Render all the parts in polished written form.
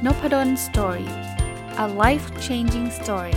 Nopadon Story. A life-changing story.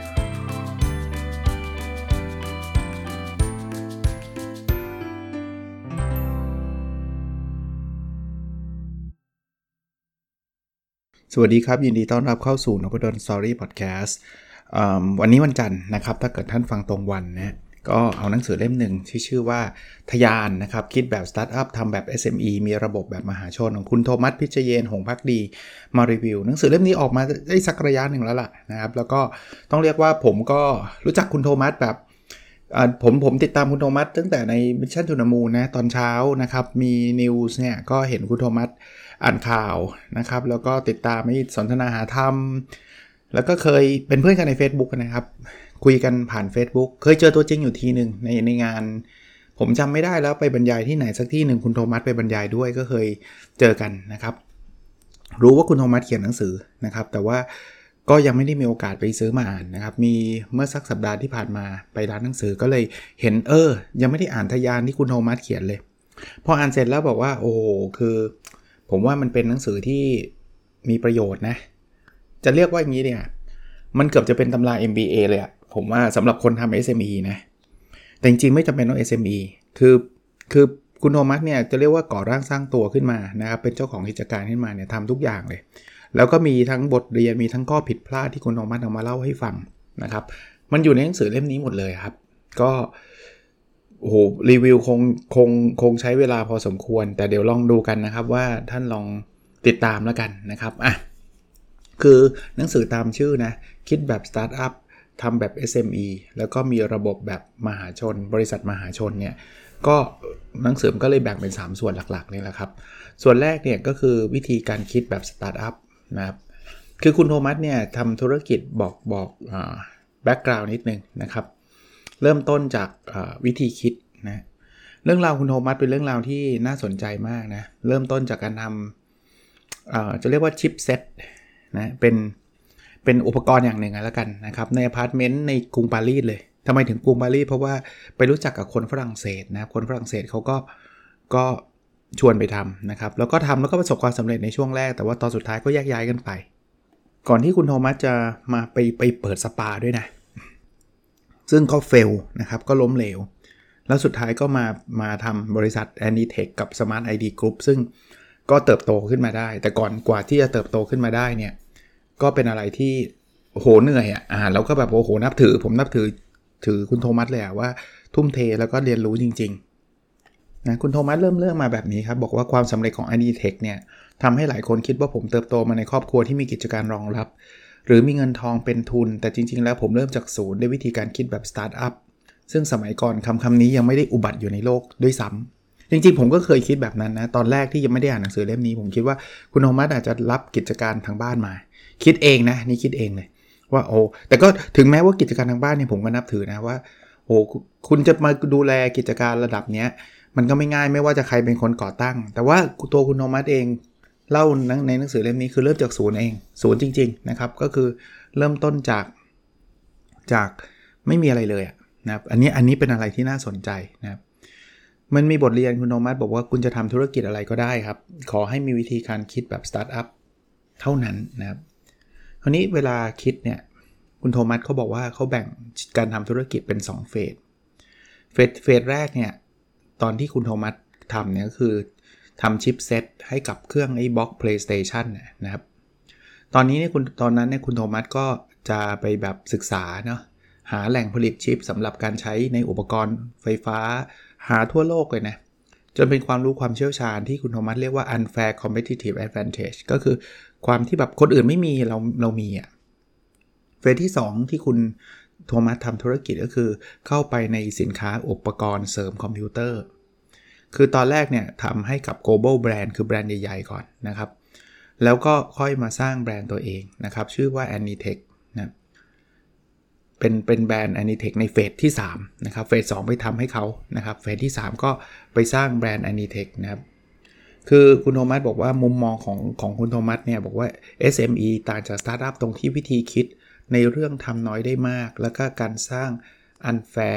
สวัสดีครับยินดีต้อนรับเข้าสู่ Nopadon Story Podcast วันนี้วันจันทร์นะครับถ้าเกิดท่านฟังตรงวันนะก็เอาหนังสือเล่มหนึ่งที่ชื่อว่าทยานนะครับคิดแบบสตาร์ทอัพทำแบบ SME มีระบบแบบมหาชนของคุณโทมัสพิชเยนหงส์ภักดีมารีวิวหนังสือเล่มนี้ออกมาได้สักระยะหนึ่งแล้วล่ะนะครับแล้วก็ต้องเรียกว่าผมก็รู้จักคุณโทมัสแบบผมติดตามคุณโทมัสตั้งแต่ใน Mission to the Moon นะตอนเช้านะครับมีนิวส์เนี่ยก็เห็นคุณโทมัสอ่านข่าวนะครับแล้วก็ติดตามให้สนทนาหาธรรมแล้วก็เคยเป็นเพื่อนกันใน Facebook นะครับคุยกันผ่าน Facebook เคยเจอตัวจริงอยู่ทีนึงในงานผมจำไม่ได้แล้วไปบรรยายที่ไหนสักที่หนึ่งคุณโทมัสไปบรรยายด้วยก็เคยเจอกันนะครับรู้ว่าคุณโทมัสเขียนหนังสือนะครับแต่ว่าก็ยังไม่ได้มีโอกาสไปซื้อมาอ่านนะครับมีเมื่อสักสัปดาห์ที่ผ่านมาไปร้านหนังสือก็เลยเห็นยังไม่ได้อ่านทยานที่คุณโทมัสเขียนเลยพออ่านเสร็จแล้วบอกว่าโอ้คือผมว่ามันเป็นหนังสือที่มีประโยชน์นะจะเรียกว่าอย่างนี้เนี่ยมันเกือบจะเป็นตำรา MBA เลยอะผมว่าสำหรับคนทำ SME นะแต่จริงๆไม่จำเป็นต้อง SME คือคุณโทมัสเนี่ยจะเรียกว่าก่อร่างสร้างตัวขึ้นมานะครับเป็นเจ้าของกิจการขึ้นมาเนี่ยทำทุกอย่างเลยแล้วก็มีทั้งบทเรียนมีทั้งข้อผิดพลาดที่คุณโทมัสเอามาเล่าให้ฟังนะครับมันอยู่ในหนังสือเล่มนี้หมดเลยครับก็โอ้โหรีวิวคงใช้เวลาพอสมควรแต่เดี๋ยวลองดูกันนะครับว่าท่านลองติดตามแล้วกันนะครับคือหนังสือตามชื่อนะคิดแบบสตาร์ทอัพทำแบบ SME แล้วก็มีระบบแบบมหาชนบริษัทมหาชนเนี่ยก็หนังสือก็เลยแบ่งเป็น3ส่วนหลักๆนี่แหละครับส่วนแรกเนี่ยก็คือวิธีการคิดแบบสตาร์ทอัพนะครับคือคุณโทมัสเนี่ยทำธุรกิจบอกแบ็กกราวน์นิดนึงนะครับเริ่มต้นจากวิธีคิดนะเรื่องราวคุณโทมัสเป็นเรื่องราวที่น่าสนใจมากนะเริ่มต้นจากการทำจะเรียกว่าชิปเซ็ตนะเป็นอุปกรณ์อย่างหนึ่งแล้วกันนะครับในอพาร์ตเมนต์ในกรุงปารีสเลยทำไมถึงกรุงปารีสเพราะว่าไปรู้จักกับคนฝรั่งเศสนะคนฝรั่งเศสเขาก็ชวนไปทำนะครับแล้วก็ทำแล้วก็ประสบความสำเร็จในช่วงแรกแต่ว่าตอนสุดท้ายก็แยกย้ายกันไปก่อนที่คุณโทมัสจะมาไปเปิดสปาด้วยนะซึ่งก็เฟลนะครับก็ล้มเหลวแล้วสุดท้ายก็มาทำบริษัท Anitech กับ Smart ID Group ซึ่งก็เติบโตขึ้นมาได้แต่ก่อนกว่าที่จะเติบโตขึ้นมาได้เนี่ยก็เป็นอะไรที่โหเหนื่อยแล้วก็แบบโอ้โหผมนับถือคุณโทมัสเลยว่าทุ่มเทแล้วก็เรียนรู้จริงๆนะคุณโทมัสเริ่มมาแบบนี้ครับบอกว่าความสำเร็จของ Anitech เนี่ยทำให้หลายคนคิดว่าผมเติบโตมาในครอบครัวที่มีกิจการรองรับหรือมีเงินทองเป็นทุนแต่จริงๆแล้วผมเริ่มจากศูนย์ด้วยวิธีการคิดแบบสตาร์ทอัพซึ่งสมัยก่อนคำนี้ยังไม่ได้อุบัติอยู่ในโลกด้วยซ้ำจริงๆผมก็เคยคิดแบบนั้นนะตอนแรกที่ยังไม่ได้อ่านหนังสือเล่มนี้ผมคิดว่าคุณโทมัสอาจจะรับกิจการทางบ้านมาคิดเองนะนี่คิดเองเลยว่าแต่ก็ถึงแม้ว่ากิจการทางบ้านเนี่ยผมก็นับถือนะว่าคุณจะมาดูแลกิจการระดับเนี้ยมันก็ไม่ง่ายไม่ว่าจะใครเป็นคนก่อตั้งแต่ว่าตัวคุณโทมัสเองเล่าในหนังสือเล่มนี้คือเริ่มจากศูนย์เองศูนย์จริงๆนะครับก็คือเริ่มต้นจากไม่มีอะไรเลยนะครับอันนี้เป็นอะไรที่น่าสนใจนะครับมันมีบทเรียนคุณโทมัสบอกว่าคุณจะทำธุรกิจอะไรก็ได้ครับขอให้มีวิธีการคิดแบบสตาร์ทอัพเท่านั้นนะครับคราวนี้เวลาคิดเนี่ยคุณโทมัสเขาบอกว่าเขาแบ่งการทำธุรกิจเป็น2เฟสแรกเนี่ยตอนที่คุณโทมัสทำเนี่ยก็คือทำชิปเซ็ตให้กับเครื่องไอ้บล็อก PlayStation นะครับตอนนั้นเนี่ยคุณโทมัสก็จะไปแบบศึกษาเนาะหาแหล่งผลิตชิปสำหรับการใช้ในอุปกรณ์ไฟฟ้าหาทั่วโลกเลยนะจนเป็นความรู้ความเชี่ยวชาญที่คุณโทมัสเรียกว่า unfair competitive advantage ก็คือความที่แบบคนอื่นไม่มีเรามีเฟสที่2ที่คุณโทมัสทำธุรกิจก็คือเข้าไปในสินค้าอุปกรณ์เสริมคอมพิวเตอร์คือตอนแรกเนี่ยทำให้กับ global brand คือแบรนด์ใหญ่ๆก่อนนะครับแล้วก็ค่อยมาสร้างแบรนด์ตัวเองนะครับชื่อว่า Anitech นะเป็นแบรนด์ Anitech ในเฟสที่3นะครับเฟส2ไปทำให้เขานะครับเฟสที่3ก็ไปสร้างแบรนด์ Anitech นะครับคือคุณโทมัสบอกว่ามุมมองของคุณโทมัสเนี่ยบอกว่า SME ต่างจากสตาร์ทอัพตรงที่วิธีคิดในเรื่องทำน้อยได้มากแล้วก็การสร้าง unfair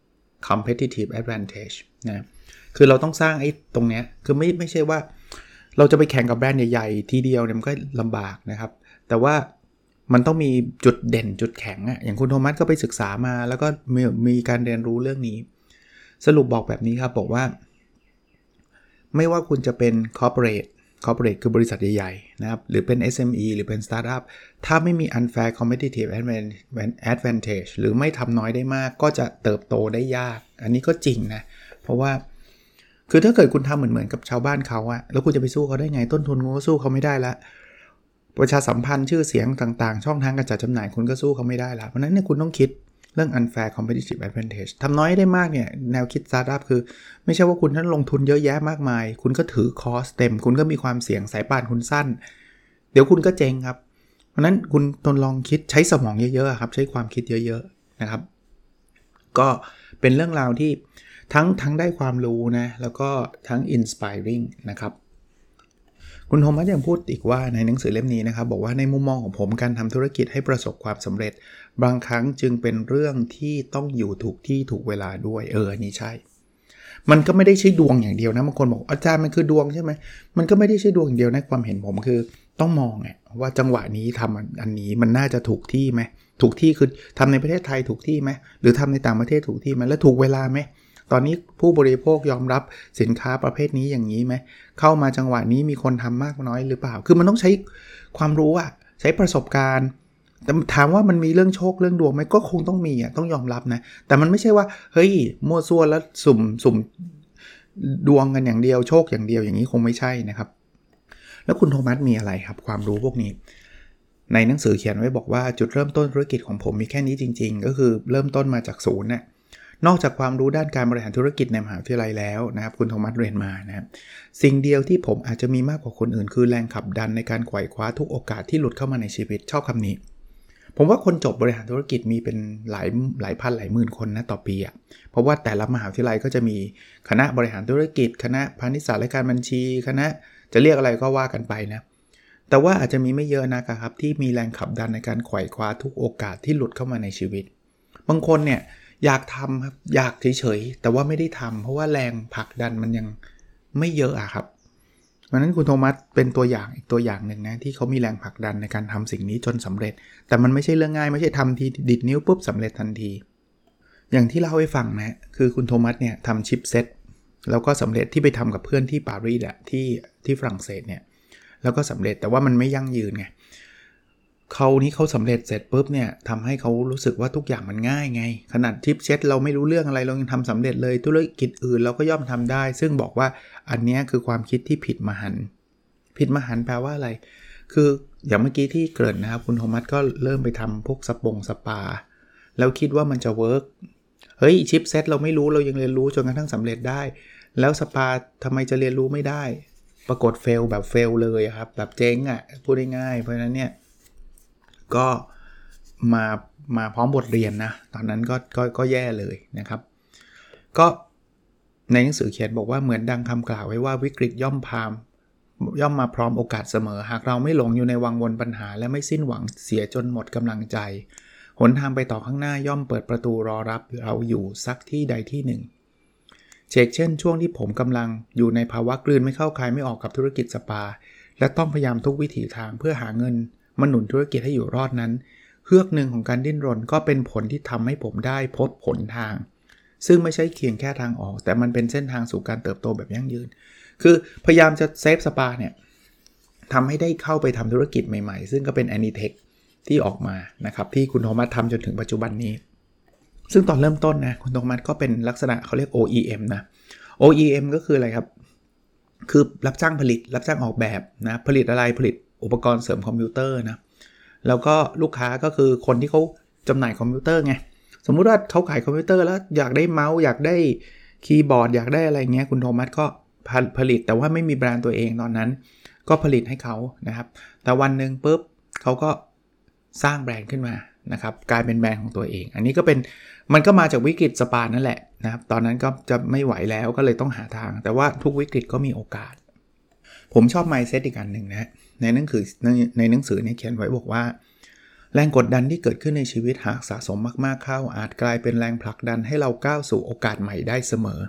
competitive advantage นะคือเราต้องสร้างไอ้ตรงเนี้ยคือไม่ใช่ว่าเราจะไปแข่งกับแบรนด์ใหญ่ๆทีเดียวเนี่ยมันก็ลำบากนะครับแต่ว่ามันต้องมีจุดเด่นจุดแข็งอะอย่างคุณโทมัสก็ไปศึกษามาแล้วก็มีการเรียนรู้เรื่องนี้สรุปบอกแบบนี้ครับบอกว่าไม่ว่าคุณจะเป็น corporate คือบริษัทใหญ่ๆนะครับหรือเป็น SME หรือเป็น startup ถ้าไม่มี unfair competitive advantage หรือไม่ทำน้อยได้มากก็จะเติบโตได้ยากอันนี้ก็จริงนะเพราะว่าคือถ้าเกิดคุณทำเหมือนกับชาวบ้านเขาอะแล้วคุณจะไปสู้เขาได้ไงต้นทุนคุณก็สู้เขาไม่ได้ละประชาสัมพันธ์ชื่อเสียงต่างๆช่องทางการจัดจำหน่ายคุณก็สู้เขาไม่ได้ละเพราะนั้นเนี่ยคุณต้องคิดเรื่อง unfair competitive advantage ทำน้อยได้มากเนี่ยแนวคิด startup คือไม่ใช่ว่าคุณนั้นลงทุนเยอะแยะมากมายคุณก็ถือคอสเต็มคุณก็มีความเสี่ยงสายป่านคุณสั้นเดี๋ยวคุณก็เจ๊งครับเพราะนั้นคุณทดลองคิดใช้สมองเยอะๆครับใช้ความคิดเยอะๆนะครับก็เป็นเรื่องราวที่ทั้งได้ความรู้นะแล้วก็ทั้ง inspiring นะครับคุณโทมัสยังพูดอีกว่าในหนังสือเล่มนี้นะครับบอกว่าในมุมมองของผมการทำธุรกิจให้ประสบความสำเร็จบางครั้งจึงเป็นเรื่องที่ต้องอยู่ถูกที่ถูกเวลาด้วยอันนี้ใช่มันก็ไม่ได้ใช่ดวงอย่างเดียวนะบางคนบอกอาจารย์มันคือดวงใช่ไหมมันก็ไม่ได้ใช่ดวงอย่างเดียวนะความเห็นผมคือต้องมองว่าจังหวะนี้ทำอันนี้มันน่าจะถูกที่ไหมถูกที่คือทำในประเทศไทยถูกที่ไหมหรือทำในต่างประเทศถูกที่ไหมและถูกเวลาไหมตอนนี้ผู้บริโภคยอมรับสินค้าประเภทนี้อย่างนี้ไหมเข้ามาจังหวะนี้มีคนทำมากน้อยหรือเปล่าคือมันต้องใช้ความรู้ใช้ประสบการณ์แต่ถามว่ามันมีเรื่องโชคเรื่องดวงไหมก็คงต้องมีต้องยอมรับนะแต่มันไม่ใช่ว่าเฮ้ยมั่วซั่วแล้วสุ่มดวงกันอย่างเดียวโชคอย่างเดียวอย่างนี้คงไม่ใช่นะครับแล้วคุณโทมัสมีอะไรครับความรู้พวกนี้ในหนังสือเขียนไว้บอกว่าจุดเริ่มต้นธุรกิจของผมมีแค่นี้จริงๆก็คือเริ่มต้นมาจากศูนย์นอกจากความรู้ด้านการบริหารธุรกิจในมหาวิทยาลัยแล้วนะครับคุณโทมัสเรียนมานะครับสิ่งเดียวที่ผมอาจจะมีมากกว่าคนอื่นคือแรงขับดันในการไขว่คว้าทุกโอกาสที่หลุดเข้ามาในชีวิตชอบคำนี้ผมว่าคนจบบริหารธุรกิจมีเป็นหลายพันหลายหมื่นคนนะต่อปีเพราะว่าแต่ละมหาวิทยาลัยก็จะมีคณะบริหารธุรกิจคณะพาณิชยศาสตร์และการบัญชีคณะจะเรียกอะไรก็ว่ากันไปนะแต่ว่าอาจจะมีไม่เยอะนะครับที่มีแรงขับดันในการไขว่คว้าทุกโอกาสที่หลุดเข้ามาในชีวิตบางคนเนี่ยอยากทำครับอยากเฉยๆแต่ว่าไม่ได้ทำเพราะว่าแรงผลักดันมันยังไม่เยอะครับเพราะนั้นคุณโทมัสเป็นตัวอย่างอีกตัวอย่างหนึ่งนะที่เขามีแรงผลักดันในการทำสิ่งนี้จนสำเร็จแต่มันไม่ใช่เรื่องง่ายไม่ใช่ทำทีดิดนิ้วปุ๊บสำเร็จทันทีอย่างที่เล่าให้ฟังนะคือคุณโทมัสเนี่ยทำชิปเซ็ตแล้วก็สำเร็จที่ไปทำกับเพื่อนที่ปารีสที่ฝรั่งเศสเนี่ยแล้วก็สำเร็จแต่ว่ามันไม่ยั่งยืนไงเขาสำเร็จเสร็จปุ๊บเนี่ยทำให้เขารู้สึกว่าทุกอย่างมันง่ายไงขนาดชิปเซ็ตเราไม่รู้เรื่องอะไรเรายังทำสำเร็จเลยธุรกิจอื่นเราก็ย่อมทำได้ซึ่งบอกว่าอันนี้คือความคิดที่ผิดมหันต์แปลว่าอะไรคืออย่างเมื่อกี้ที่เกริ่นนะครับคุณโทมัสก็เริ่มไปทำพวกสปาแล้วคิดว่ามันจะเวิร์กเฮ้ยชิปเซ็ตเราไม่รู้เรายังเรียนรู้จนกระทั่งสำเร็จได้แล้วสปาทำไมจะเรียนรู้ไม่ได้ปรากฏเฟลแบบเฟลเลยครับแบบเจ๊งพูดง่ายๆเพราะฉะนั้นเนี่ยก็มาพร้อมบทเรียนนะตอนนั้นก็แย่เลยนะครับก็ในหนังสือเขียนบอกว่าเหมือนดังคำกล่าวไว้ว่าวิกฤตย่อมมาพร้อมโอกาสเสมอหากเราไม่หลงอยู่ในวังวนปัญหาและไม่สิ้นหวังเสียจนหมดกำลังใจหนทางไปต่อข้างหน้าย่อมเปิดประตูรอรับเราอยู่สักที่ใดที่หนึ่งเช่นช่วงที่ผมกำลังอยู่ในภาวะกลืนไม่เข้าคายไม่ออกกับธุรกิจสปาและต้องพยายามทุกวิถีทางเพื่อหาเงินมาหนุนธุรกิจให้อยู่รอดนั้นเฮือกหนึ่งของการดิ้นรนก็เป็นผลที่ทำให้ผมได้พบผลทางซึ่งไม่ใช่เพียงแค่ทางออกแต่มันเป็นเส้นทางสู่การเติบโตแบบยั่งยืนคือพยายามจะเซฟสปาเนี่ยทำให้ได้เข้าไปทำธุรกิจใหม่ๆซึ่งก็เป็น Anytech ที่ออกมานะครับที่คุณโทมัสทำจนถึงปัจจุบันนี้ซึ่งตอนเริ่มต้นนะคุณโทมัสก็เป็นลักษณะเขาเรียก OEM นะ OEM ก็คืออะไรครับคือรับจ้างผลิตรับจ้างออกแบบนะผลิตอะไรผลิตอุปกรณ์เสริมคอมพิวเตอร์นะแล้วก็ลูกค้าก็คือคนที่เขาจำหน่ายคอมพิวเตอร์ไงสมมุติว่าเขาขายคอมพิวเตอร์แล้วอยากได้เมาส์อยากได้คีย์บอร์ดอยากได้อะไรเงี้ยคุณโทมัสก็ผลิตแต่ว่าไม่มีแบรนด์ตัวเองตอนนั้นก็ผลิตให้เขานะครับแต่วันนึงปุ๊บเขาก็สร้างแบรนด์ขึ้นมานะครับกลายเป็นแบรนด์ของตัวเองอันนี้ก็เป็นมันก็มาจากวิกฤตสปานั่นแหละนะครับตอนนั้นก็จะไม่ไหวแล้วก็เลยต้องหาทางแต่ว่าทุกวิกฤตก็มีโอกาสผมชอบ mindset อีกอันหนึ่งนะในหนังสือเนี่ยเขียนไว้บอกว่าแรงกดดันที่เกิดขึ้นในชีวิตหากสะสมมากๆเข้าอาจกลายเป็นแรงผลักดันให้เราก้าวสู่โอกาสใหม่ได้เสมอ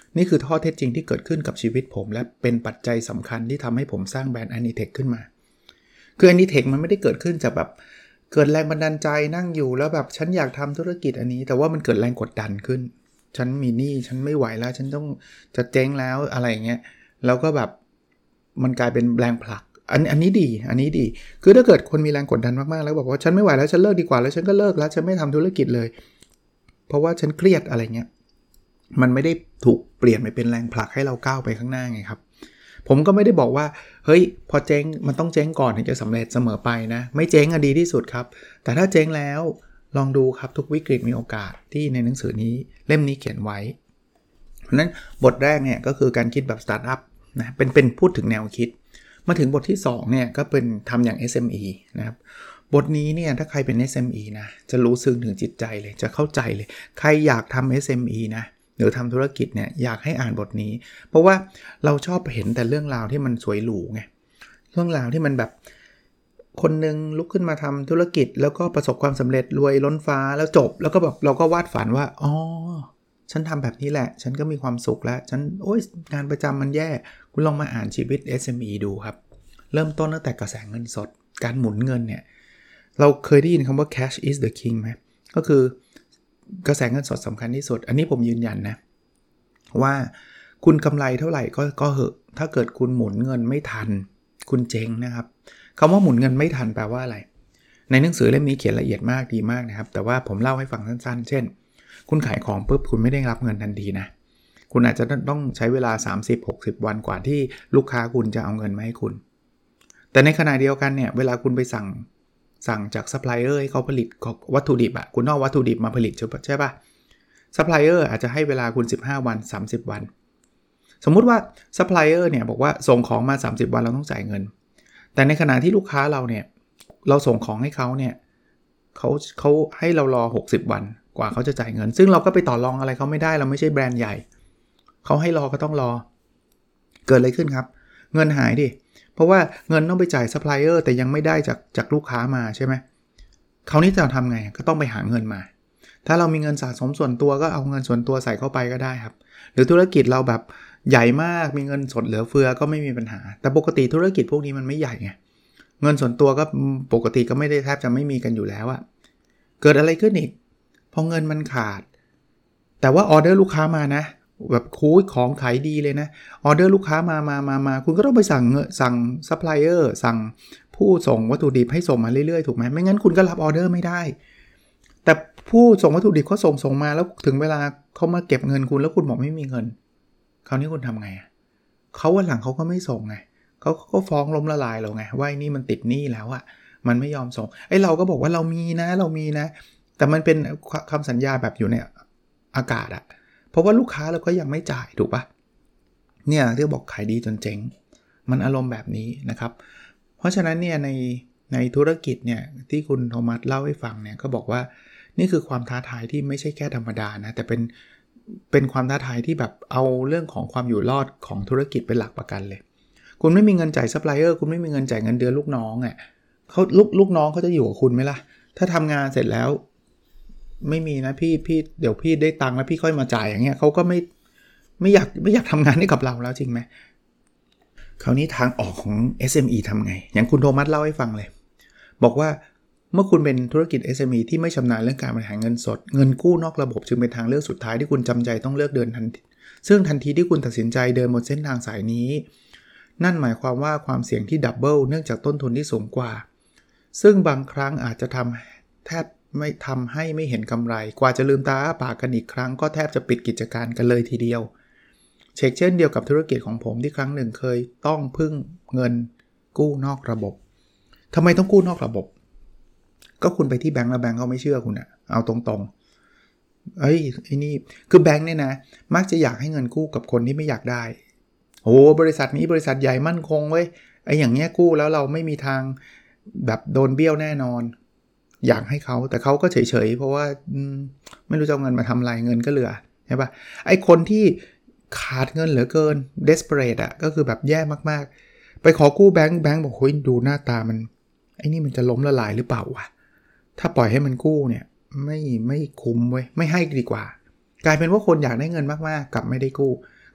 นี่คือข้อเท็จจริงที่เกิดขึ้นกับชีวิตผมและเป็นปัจจัยสำคัญที่ทำให้ผมสร้างแบรนด์ Anitech ขึ้นมาคือ Anitech มันไม่ได้เกิดขึ้นจากแบบเกิดแรงบันดาลใจนั่งอยู่แล้วแบบฉันอยากทำธุรกิจอันนี้แต่ว่ามันเกิดแรงกดดันขึ้นฉันมีหนี้ฉันไม่ไหวแล้วฉันต้องจะเจ๊งแล้วอะไรอย่างเงี้ยแล้วก็แบบมันกลายเป็นแรงผลักอันนี้ดีคือถ้าเกิดคนมีแรงกดดันมากๆแล้วบอกว่าฉันไม่ไหวแล้วฉันเลิกดีกว่าแล้วฉันก็เลิกแล้วฉันไม่ทำธุรกิจเลยเพราะว่าฉันเครียดอะไรเงี้ยมันไม่ได้ถูกเปลี่ยนไปเป็นแรงผลักให้เราก้าวไปข้างหน้าไงครับผมก็ไม่ได้บอกว่าเฮ้ยพอเจ๊งมันต้องเจ๊งก่อนถึงจะสำเร็จเสมอไปนะไม่เจ๊งอะดีที่สุดครับแต่ถ้าเจ๊งแล้วลองดูครับทุกวิกฤตมีโอกาสที่ในหนังสือนี้เล่มนี้เขียนไว้เพราะนั้นบทแรกเนี่ยก็คือการคิดแบบสตาร์ทอัพนะเป็นพูดถึงแนวคิดมาถึงบทที่2เนี่ยก็เป็นทำอย่าง SME นะครับบทนี้เนี่ยถ้าใครเป็น SME นะจะรู้ซึ้งถึงจิตใจเลยจะเข้าใจเลยใครอยากทำ SME นะหรือทำธุรกิจเนี่ยอยากให้อ่านบทนี้เพราะว่าเราชอบเห็นแต่เรื่องราวที่มันสวยหรูไงเรื่องราวที่มันแบบคนนึงลุกขึ้นมาทำธุรกิจแล้วก็ประสบความสำเร็จรวยล้นฟ้าแล้วจบแล้วก็แบบเราก็วาดฝันว่าอ๋อฉันทำแบบนี้แหละฉันก็มีความสุขแล้วฉันโอ๊ยงานประจำมันแย่คุณลองมาอ่านชีวิต SME ดูครับเริ่มต้นตั้งแต่กระแสเงินสดการหมุนเงินเนี่ยเราเคยได้ยินคำว่า cash is the king ไหมก็คือกระแสเงินสดสำคัญที่สุดอันนี้ผมยืนยันนะว่าคุณกำไรเท่าไหร่ก็เหอะถ้าเกิดคุณหมุนเงินไม่ทันคุณเจ๊งนะครับคำว่าหมุนเงินไม่ทันแปลว่าอะไรในหนังสือเล่มนี้เขียนละเอียดมากดีมากนะครับแต่ว่าผมเล่าให้ฟังสั้นๆเช่นคุณขายของปุ๊บคุณไม่ได้รับเงินทันทีนะคุณอาจจะต้องใช้เวลา 30-60 วันกว่าที่ลูกค้าคุณจะเอาเงินมาให้คุณแต่ในขณะเดียวกันเนี่ยเวลาคุณไปสั่งจากซัพพลายเออร์ให้เขาผลิตวัตถุดิบคุณเอาวัตถุดิบมาผลิตใช่ป่ะซัพพลายเออร์อาจจะให้เวลาคุณ15วัน30วันสมมุติว่าซัพพลายเออร์เนี่ยบอกว่าส่งของมา30วันเราต้องจ่ายเงินแต่ในขณะที่ลูกค้าเราเนี่ยเราส่งของให้เขาเนี่ยเขาให้เรารอ60วันกว่าเขาจะจ่ายเงินซึ่งเราก็ไปต่อรองอะไรเขาไม่ได้เราไม่ใช่แบรนด์ใหญ่เขาให้รอก็ต้องรอเกิดอะไรขึ้นครับเงินหายดิเพราะว่าเงินต้องไปจ่ายซัพพลายเออร์แต่ยังไม่ได้จากลูกค้ามาใช่ไหมคราวนี้จะทำไงก็ต้องไปหาเงินมาถ้าเรามีเงินสะสมส่วนตัวก็เอาเงินส่วนตัวใส่เข้าไปก็ได้ครับหรือธุรกิจเราแบบใหญ่มากมีเงินสดเหลือเฟือก็ไม่มีปัญหาแต่ปกติธุรกิจพวกนี้มันไม่ใหญ่ไงเงินส่วนตัวก็ปกติก็ไม่ได้แทบจะไม่มีกันอยู่แล้วอะเกิดอะไรขึ้นอีกพอเงินมันขาดแต่ว่าออเดอร์ลูกค้ามานะแบบคูยของขายดีเลยนะออเดอร์ลูกค้ามาคุณก็ต้องไปสั่งซัพพลายเออร์สั่งผู้ส่งวัตถุดิบให้ส่งมาเรื่อยๆถูกไหมไม่งั้นคุณก็รับออเดอร์ไม่ได้แต่ผู้ส่งวัตถุดิบเขาส่งมาแล้วถึงเวลาเขามาเก็บเงินคุณแล้วคุณบอกไม่มีเงินคราวนี้คุณทำไงเขาวันหลังเขาก็ไม่ส่งไงเขาก็ฟ้องล้มละลายเราไงว่านี่มันติดหนี้แล้วอ่ะมันไม่ยอมส่งเราก็บอกว่าเรามีนะแต่มันเป็นคำสัญญาแบบอยู่ในอากาศอ่ะเพราะว่าลูกค้าเราก็ยังไม่จ่ายถูกปะเนี่ยที่บอกขายดีจนเจ๊งมันอารมณ์แบบนี้นะครับเพราะฉะนั้นเนี่ยในธุรกิจเนี่ยที่คุณโทมัสเล่าให้ฟังเนี่ยก็บอกว่านี่คือความท้าทายที่ไม่ใช่แค่ธรรมดานะแต่เป็นความท้าทายที่แบบเอาเรื่องของความอยู่รอดของธุรกิจเป็นหลักประกันเลยคุณไม่มีเงินจ่ายซัพพลายเออร์คุณไม่มีเงินจ่ายเงินเดือนลูกน้องอ่ะเขาลูกน้องเขาจะอยู่กับคุณไหมล่ะถ้าทำงานเสร็จแล้วไม่มีนะพี่เดี๋ยวพี่ได้ตังค์แล้วพี่ค่อยมาจ่ายอย่างเงี้ยเขาก็ไม่อยากทำงานให้กับเราแล้วจริงไหมคราวนี้ทางออกของ SME ทำไงอย่างคุณโทมัสเล่าให้ฟังเลยบอกว่าเมื่อคุณเป็นธุรกิจ SME ที่ไม่ชำนาญเรื่องการบริหารเงินสดเงินกู้นอกระบบจึงเป็นทางเลือกสุดท้ายที่คุณจำใจต้องเลือกเดินทันทีซึ่งทันทีที่คุณตัดสินใจเดินบนเส้นทางสายนี้นั่นหมายความว่าความเสี่ยงที่ดับเบิลเนื่องจากต้นทุนที่สูงกว่าซึ่งบางครั้งอาจจะแทบไม่ทำให้ไม่เห็นกำไรกว่าจะลืมตาอ้าปากกันอีกครั้งก็แทบจะปิดกิจการกันเลยทีเดียวเช่นเดียวกับธุรกิจของผมที่ครั้งหนึ่งเคยต้องพึ่งเงินกู้นอกระบบทำไมต้องกู้นอกระบบก็คุณไปที่แบงก์แล้วแบงก์เขาไม่เชื่อคุณอะเอาตรงๆไอ้นี่คือแบงก์เนี่ยนะมักจะอยากให้เงินกู้กับคนที่ไม่อยากได้โอ้บริษัทนี้บริษัทใหญ่มั่นคงเว้ยอย่างเงี้ยกู้แล้วเราไม่มีทางแบบโดนเบี้ยวแน่นอนอยากให้เขาแต่เขาก็เฉยๆเพราะว่าไม่รู้จะเอาเงินมาทำอะไรเงินก็เหลือใช่ป่ะไอ้คนที่ขาดเงินเหลือเกิน desperate อ่ะก็คือแบบแย่มากๆไปขอกู้แบงค์บอกเฮ้ยดูหน้าตามันไอ้นี่มันจะล้มละลายหรือเปล่าวะถ้าปล่อยให้มันกู้เนี่ยไม่คุ้มเว้ยไม่ให้ดีกว่ากลายเป็นว่าคนอยากได้เงินมากๆกลับไม่ได้กู้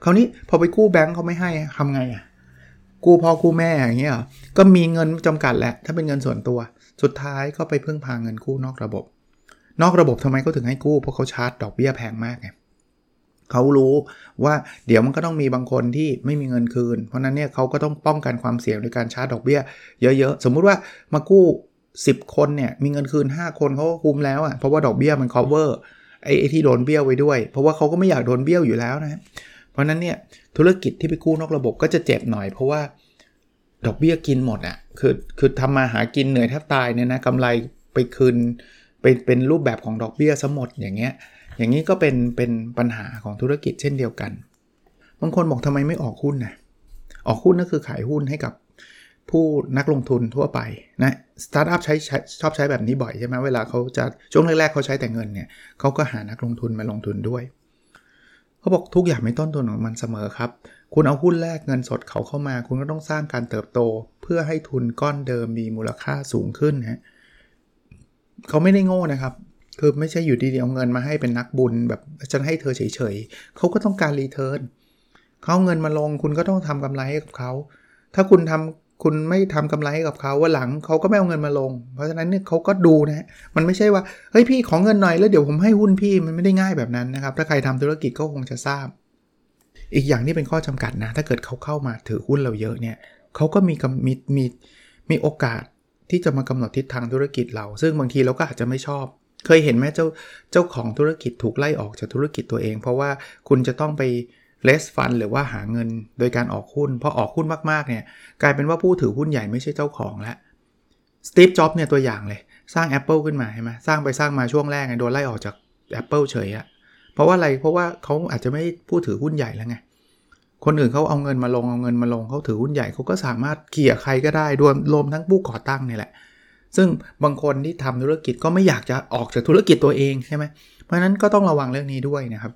คราวนี้พอไปกู้แบงก์เขาไม่ให้ทำไงกู้พ่อกู้แม่อย่างเงี้ยก็มีเงินจำกัดแหละถ้าเป็นเงินส่วนตัวสุดท้ายก็ไปพึ่งพาเงินกู้นอกระบบทำไมเขาถึงให้กู้เพราะเขาชาร์จดอกเบี้ยแพงมากไงเขารู้ว่าเดี๋ยวมันก็ต้องมีบางคนที่ไม่มีเงินคืนเพราะนั้นเนี่ยเขาก็ต้องป้องกันความเสี่ยงโดยการชาร์จดอกเบี้ยเยอะๆสมมุติว่ามากู้10คนเนี่ยมีเงินคืน5คนเขาก็คุ้มแล้วเพราะว่าดอกเบี้ยมัน cover ไอ้ที่โดนเบี้ยวไว้ด้วยเพราะว่าเขาก็ไม่อยากโดนเบี้ยวอยู่แล้วนะเพราะนั้นเนี่ยธุรกิจที่ไปกู้นอกระบบก็จะเจ็บหน่อยเพราะว่าดอกเบี้ยกินหมดคือทำมาหากินเหนื่อยแทบตายเนี่ยนะกำไรไปคืนเป็นรูปแบบของดอกเบี้ยซะหมดอย่างนี้ก็เป็นปัญหาของธุรกิจเช่นเดียวกันบางคนบอกทำไมไม่ออกหุ้นออกหุ้นก็คือขายหุ้นให้กับผู้นักลงทุนทั่วไปนะสตาร์ทอัพชอบใช้แบบนี้บ่อยใช่ไหมเวลาเขาจะช่วงแรกๆเขาใช้แต่เงินเนี่ยเขาก็หานักลงทุนมาลงทุนด้วยเขาบอกทุกอย่างไม่ต้นทุนของมันเสมอครับคุณเอาหุ้นแลกเงินสดเขาเข้ามาคุณก็ต้องสร้างการเติบโตเพื่อให้ทุนก้อนเดิมมีมูลค่าสูงขึ้นเขาไม่ได้โง่นะครับคือไม่ใช่อยู่ดีๆเอาเงินมาให้เป็นนักบุญแบบจะให้เธอเฉยๆเขาก็ต้องการรีเทิร์นเขาเอาเงินมาลงคุณก็ต้องทำกำไรให้กับเขาถ้าคุณไม่ทำกำไรให้กับเขาว่าหลังเขาก็ไม่เอาเงินมาลงเพราะฉะนั้นเนี่ยเขาก็ดูนะมันไม่ใช่ว่าเฮ้ยพี่ขอเงินหน่อยแล้วเดี๋ยวผมให้หุ้นพี่มันไม่ได้ง่ายแบบนั้นนะครับถ้าใครทำธุรกิจก็คงจะทราบอีกอย่างที่เป็นข้อจำกัดนะถ้าเกิดเขาเข้ามาถือหุ้นเราเยอะเนี่ยเขาก็มีโอกาสที่จะมากำหนดทิศทางธุรกิจเราซึ่งบางทีเราก็อาจจะไม่ชอบเคยเห็นไหมเจ้าของธุรกิจถูกไล่ออกจากธุรกิจตัวเองเพราะว่าคุณจะต้องไปraise fund หรือว่าหาเงินโดยการออกหุ้นพอออกหุ้นมากๆเนี่ยกลายเป็นว่าผู้ถือหุ้นใหญ่ไม่ใช่เจ้าของแล้วสตีฟจ็อบส์เนี่ยตัวอย่างเลยสร้าง Apple ขึ้นมาใช่ไหมสร้างไปสร้างมาช่วงแรกโดนไล่ออกจาก Apple เฉยเพราะว่าอะไรเพราะว่าเขาอาจจะไม่ผู้ถือหุ้นใหญ่แล้วไงคนอื่นเขาเอาเงินมาลงเขาถือหุ้นใหญ่เขาก็สามารถเขี่ยใครก็ได้รวมทั้งผู้ก่อตั้งนี่แหละซึ่งบางคนที่ทำธุรกิจก็ไม่อยากจะออกจากธุรกิจตัวเองใช่ไหมเพราะฉะนั้นก็ต้องระวังเรื่องนี้ด้วยนะครับ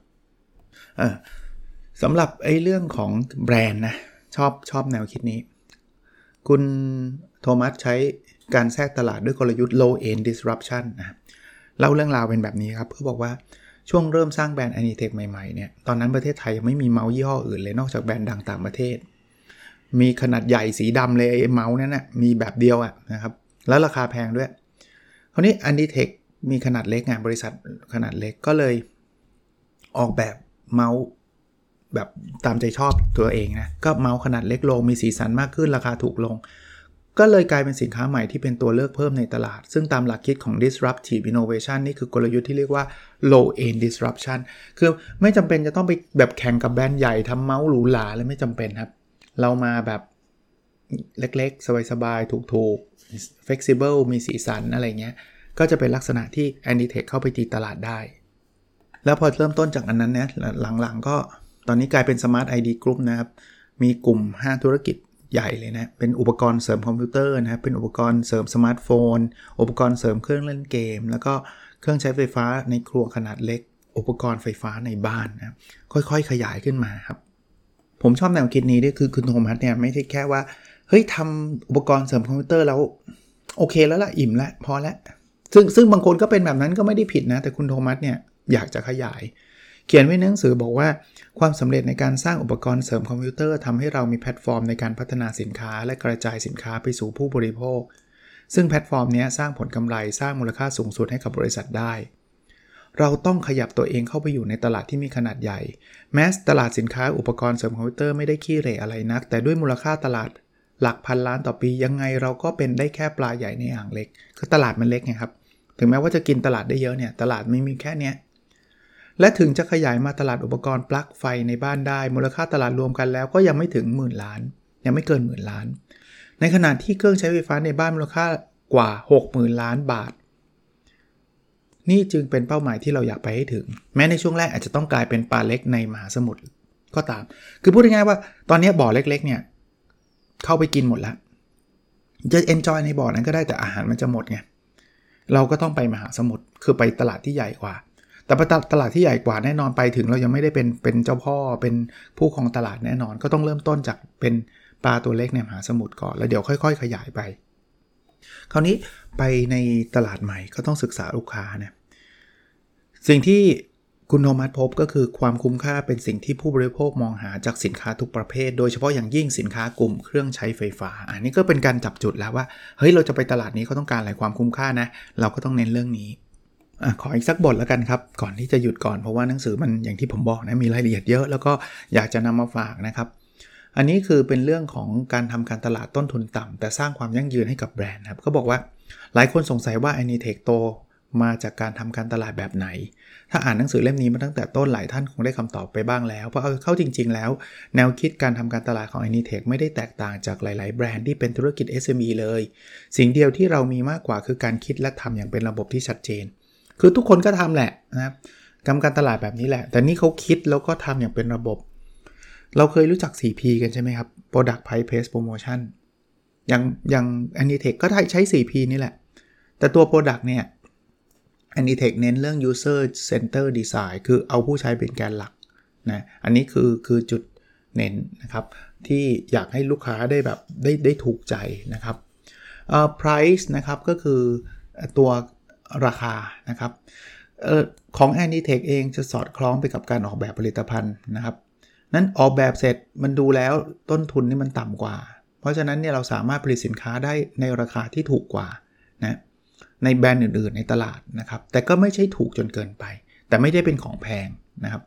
สำหรับเรื่องของแบรนด์นะชอบแนวคิดนี้คุณโทมัสใช้การแทรกตลาดด้วยกลยุทธ์ low end disruption นะเล่าเรื่องราวเป็นแบบนี้ครับเขาบอกว่าช่วงเริ่มสร้างแบรนด์ Anitech ใหม่ๆเนี่ยตอนนั้นประเทศไทยยังไม่มีเมาส์ยี่ห้ออื่นเลยนอกจากแบรนด์ดังต่างประเทศมีขนาดใหญ่สีดำเลยเมาส์นั้นนะมีแบบเดียวนะครับแล้วราคาแพงด้วยคราวนี้ Anitech มีขนาดเล็กบริษัทขนาดเล็กก็เลยออกแบบเมาส์แบบตามใจชอบตัวเองนะก็เมาส์ขนาดเล็กลงมีสีสันมากขึ้นราคาถูกลงก็เลยกลายเป็นสินค้าใหม่ที่เป็นตัวเลือกเพิ่มในตลาดซึ่งตามหลักคิดของ disruptive innovation นี่คือกลยุทธ์ที่เรียกว่า low end disruption คือไม่จำเป็นจะต้องไปแบบแข่งกับแบรนด์ใหญ่ทำเมาส์หรูหราเลยไม่จำเป็นครับเรามาแบบเล็กๆสบายๆถูกๆ flexible มีสีสันอะไรเงี้ยก็จะเป็นลักษณะที่ Anitech เข้าไปตีตลาดได้แล้วพอเริ่มต้นจากอันนั้นเนี่ยหลังๆก็ตอนนี้กลายเป็น Smart ID Group นะครับมีกลุ่ม5ธุรกิจใหญ่เลยนะเป็นอุปกรณ์เสริมคอมพิวเตอร์นะครับเป็นอุปกรณ์เสริมสมาร์ทโฟนอุปกรณ์เสริมเครื่องเล่นเกมแล้วก็เครื่องใช้ไฟฟ้าในครัวขนาดเล็กอุปกรณ์ไฟฟ้าในบ้านนะค่อยๆขยายขึ้นมาครับผมชอบแนวคิดนี้ด้วยคือคุณโทมัสเนี่ยไม่ใช่แค่ว่าเฮ้ยทำอุปกรณ์เสริมคอมพิวเตอร์แล้วโอเคแล้วล่ะอิ่มแล้วพอแล้วซึ่งบางคนก็เป็นแบบนั้นก็ไม่ได้ผิดนะแต่คุณโทมัสเนี่ยอยากจะขยายเขียนไว้ในหนังสือบอกว่าความสำเร็จในการสร้างอุปกรณ์เสริมคอมพิวเตอร์ทำให้เรามีแพลตฟอร์มในการพัฒนาสินค้าและกระจายสินค้าไปสู่ผู้บริโภคซึ่งแพลตฟอร์มนี้สร้างผลกำไรสร้างมูลค่าสูงสุดให้กับบริษัทได้เราต้องขยับตัวเองเข้าไปอยู่ในตลาดที่มีขนาดใหญ่แม้ตลาดสินค้าอุปกรณ์เสริมคอมพิวเตอร์ไม่ได้ขี้เหร่อะไรนักแต่ด้วยมูลค่าตลาดหลักพันล้านต่อปียังไงเราก็เป็นได้แค่ปลาใหญ่ในอ่างเล็กคือตลาดมันเล็กไงครับถึงแม้ว่าจะกินตลาดได้เยอะเนี่ยตลาดไม่มีแค่เนี้ยและถึงจะขยายมาตลาดอุปกรณ์ปลั๊กไฟในบ้านได้มูลค่าตลาดรวมกันแล้วก็ยังไม่ถึงหมื่นล้านยังไม่เกินหมื่นล้านในขณะที่เครื่องใช้ไฟฟ้าในบ้านมูลค่ากว่า 60,000 ล้านบาทนี่จึงเป็นเป้าหมายที่เราอยากไปให้ถึงแม้ในช่วงแรกอาจจะต้องกลายเป็นปลาเล็กในมหาสมุทรก็ตามคือพูดง่ายๆว่าตอนนี้บ่อเล็กๆเนี่ยเข้าไปกินหมดแล้วจะ enjoy ในบ่อนั้นก็ได้แต่อาหารมันจะหมดไงเราก็ต้องไปมหาสมุทรคือไปตลาดที่ใหญ่กว่าแต่ตลาดที่ใหญ่กว่าแน่นอนไปถึงเรายังไม่ได้เป็นเจ้าพ่อเป็นผู้ครองตลาดแน่นอนก็ต้องเริ่มต้นจากเป็นปลาตัวเล็กในมหาสมุทรก่อนแล้วเดี๋ยวค่อยๆขยายไปคราวนี้ไปในตลาดใหม่ก็ต้องศึกษาลูกค้านะสิ่งที่คุณโทมัสพบก็คือความคุ้มค่าเป็นสิ่งที่ผู้บริโภคมองหาจากสินค้าทุกประเภทโดยเฉพาะอย่างยิ่งสินค้ากลุ่มเครื่องใช้ไฟฟ้าอันนี้ก็เป็นการจับจุดแล้วว่าเฮ้ยเราจะไปตลาดนี้เขาต้องการอะไรความคุ้มค่านะเราก็ต้องเน้นเรื่องนี้ขออีกสักบทแล้วกันครับก่อนที่จะหยุดก่อนเพราะว่าหนังสือมันอย่างที่ผมบอกนะมีรายละเอียดเยอะแล้วก็อยากจะนำมาฝากนะครับอันนี้คือเป็นเรื่องของการทำการตลาดต้นทุนต่ำแต่สร้างความยั่งยืนให้กับแบรนด์ครับเขาบอกว่าหลายคนสงสัยว่า Anitech โตมาจากการทำการตลาดแบบไหนถ้าอ่านหนังสือเล่มนี้มาตั้งแต่ต้นหลายท่านคงได้คำตอบไปบ้างแล้วเพราะเอาเข้าจริงๆแล้วแนวคิดการทำการตลาดของ Anitech ไม่ได้แตกต่างจากหลายๆแบรนด์ที่เป็นธุรกิจ SME เลยสิ่งเดียวที่เรามีมากกว่าคือการคิดและทำอย่างเป็นระบบที่ชัดเจนคือทุกคนก็ทำแหละนะครับการตลาดแบบนี้แหละแต่นี่เขาคิดแล้วก็ทำอย่างเป็นระบบเราเคยรู้จัก 4P กันใช่ไหมครับ Product Price Place Promotion อย่าง Anitech ก็ใช้ 4P นี่แหละแต่ตัว Product เนี่ย Anitech เน้นเรื่อง User Center Design คือเอาผู้ใช้เป็นแกนหลักนะอันนี้คือจุดเน้นนะครับที่อยากให้ลูกค้าได้แบบได้ถูกใจนะครับprice นะครับก็คือตัวราคานะครับของ Anitech เองจะสอดคล้องไปกับการออกแบบผลิตภัณฑ์นะครับนั้นออกแบบเสร็จมันดูแล้วต้นทุนนี่มันต่ำกว่าเพราะฉะนั้นเนี่ยเราสามารถผลิตสินค้าได้ในราคาที่ถูกกว่านะในแบรนด์อื่นๆในตลาดนะครับแต่ก็ไม่ใช่ถูกจนเกินไปแต่ไม่ได้เป็นของแพงนะครับ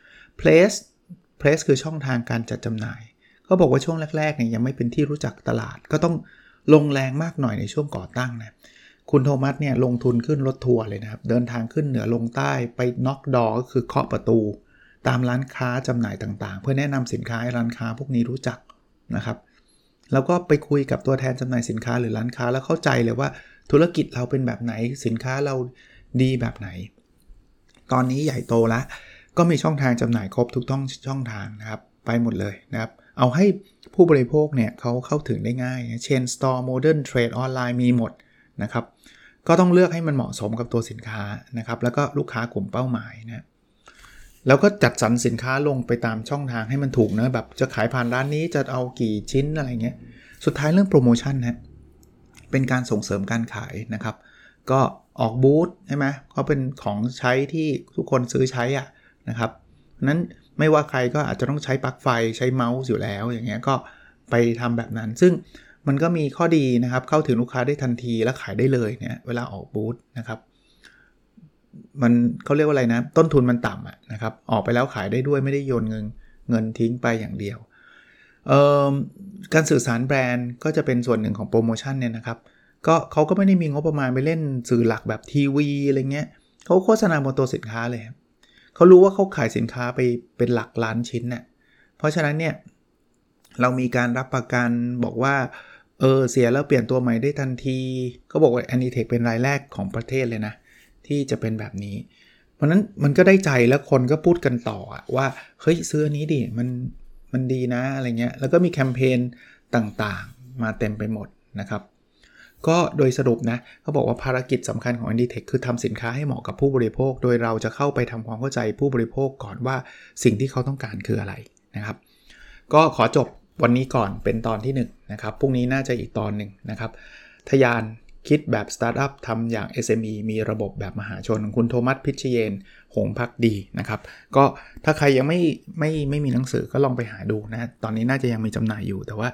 Place คือช่องทางการจัดจำหน่ายก็บอกว่าช่วงแรกๆเนี่ยยังไม่เป็นที่รู้จักตลาดก็ต้องลงแรงมากหน่อยในช่วงก่อตั้งนะคุณโทมัสเนี่ยลงทุนขึ้นรถทัวร์เลยนะครับเดินทางขึ้นเหนือลงใต้ไปน็อกดอร์ก็คือเคาะประตูตามร้านค้าจำหน่ายต่างๆเพื่อแนะนำสินค้าให้ร้านค้าพวกนี้รู้จักนะครับแล้วก็ไปคุยกับตัวแทนจำหน่ายสินค้าหรือร้านค้าแล้วเข้าใจเลยว่าธุรกิจเราเป็นแบบไหนสินค้าเราดีแบบไหนตอนนี้ใหญ่โตแล้วก็มีช่องทางจำหน่ายครบทุกช่องทางนะครับไปหมดเลยนะครับเอาให้ผู้บริโภคเนี่ยเขาเข้าถึงได้ง่ายเช่น Store Modern Trade ออนไลน์มีหมดนะครับก็ต้องเลือกให้มันเหมาะสมกับตัวสินค้านะครับแล้วก็ลูกค้ากลุ่มเป้าหมายนะแล้วก็จัดสรรสินค้าลงไปตามช่องทางให้มันถูกนะแบบจะขายผ่านร้านนี้จะเอากี่ชิ้นอะไรเงี้ยสุดท้ายเรื่องโปรโมชั่นนะเป็นการส่งเสริมการขายนะครับก็ออกบูธใช่ไหมเขาเป็นของใช้ที่ทุกคนซื้อใช้อ่ะนะครับนั้นไม่ว่าใครก็อาจจะต้องใช้ปลั๊กไฟใช้เมาส์อยู่แล้วอย่างเงี้ยก็ไปทำแบบนั้นซึ่งมันก็มีข้อดีนะครับเข้าถึงลูกค้าได้ทันทีและขายได้เลยเนี่ยเวลาออกบูธนะครับมันเขาเรียกว่าอะไรนะต้นทุนมันต่ำนะครับออกไปแล้วขายได้ด้วยไม่ได้โยนเงินทิ้งไปอย่างเดียวการสื่อสารแบรนด์ก็จะเป็นส่วนหนึ่งของโปรโมชั่นเนี่ยนะครับก็เขาก็ไม่ได้มีงบประมาณไปเล่นสื่อหลักแบบทีวีอะไรเงี้ยเขาโฆษณาบนตัวสินค้าเลยเขารู้ว่าเขาขายสินค้าไปเป็นหลักล้านชิ้นน่ะเพราะฉะนั้นเนี่ยเรามีการรับประกันบอกว่าเสียแล้วเปลี่ยนตัวใหม่ได้ทันทีก็บอกว่า Anitech เป็นรายแรกของประเทศเลยนะที่จะเป็นแบบนี้เพราะนั้นมันก็ได้ใจแล้วคนก็พูดกันต่อว่าเฮ้ยซื้ออันนี้ดิมันดีนะอะไรเงี้ยแล้วก็มีแคมเปญต่างๆมาเต็มไปหมดนะครับก็โดยสรุปนะเขาบอกว่าภารกิจสำคัญของ Anitech คือทำสินค้าให้เหมาะกับผู้บริโภคโดยเราจะเข้าไปทำความเข้าใจผู้บริโภคก่อนว่าสิ่งที่เขาต้องการคืออะไรนะครับก็ขอจบวันนี้ก่อนเป็นตอนที่1นะครับพรุ่งนี้น่าจะอีกตอนหนึ่งนะครับทยานคิดแบบสตาร์ทอัพทำอย่าง SME มีระบบแบบมหาชนของคุณโทมัสพิชเยนหงภักดีนะครับก็ถ้าใครยังไม่มีหนังสือก็ลองไปหาดูนะตอนนี้น่าจะยังมีจำหน่ายอยู่แต่ว่า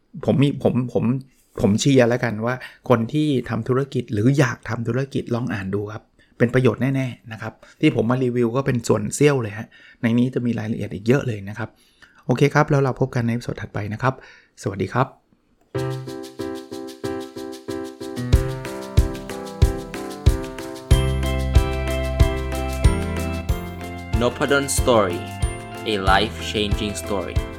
ผมเชียร์แล้วกันว่าคนที่ทำธุรกิจหรืออยากทำธุรกิจลองอ่านดูครับเป็นประโยชน์แน่ๆนะครับที่ผมมารีวิวก็เป็นส่วนเสี้ยวเลยฮะในนี้จะมีรายละเอียดอีกเยอะเลยนะครับโอเคครับแล้วเราพบกันในตอนถัดไปนะครับสวัสดีครับ Nopadon Story, a life-changing story.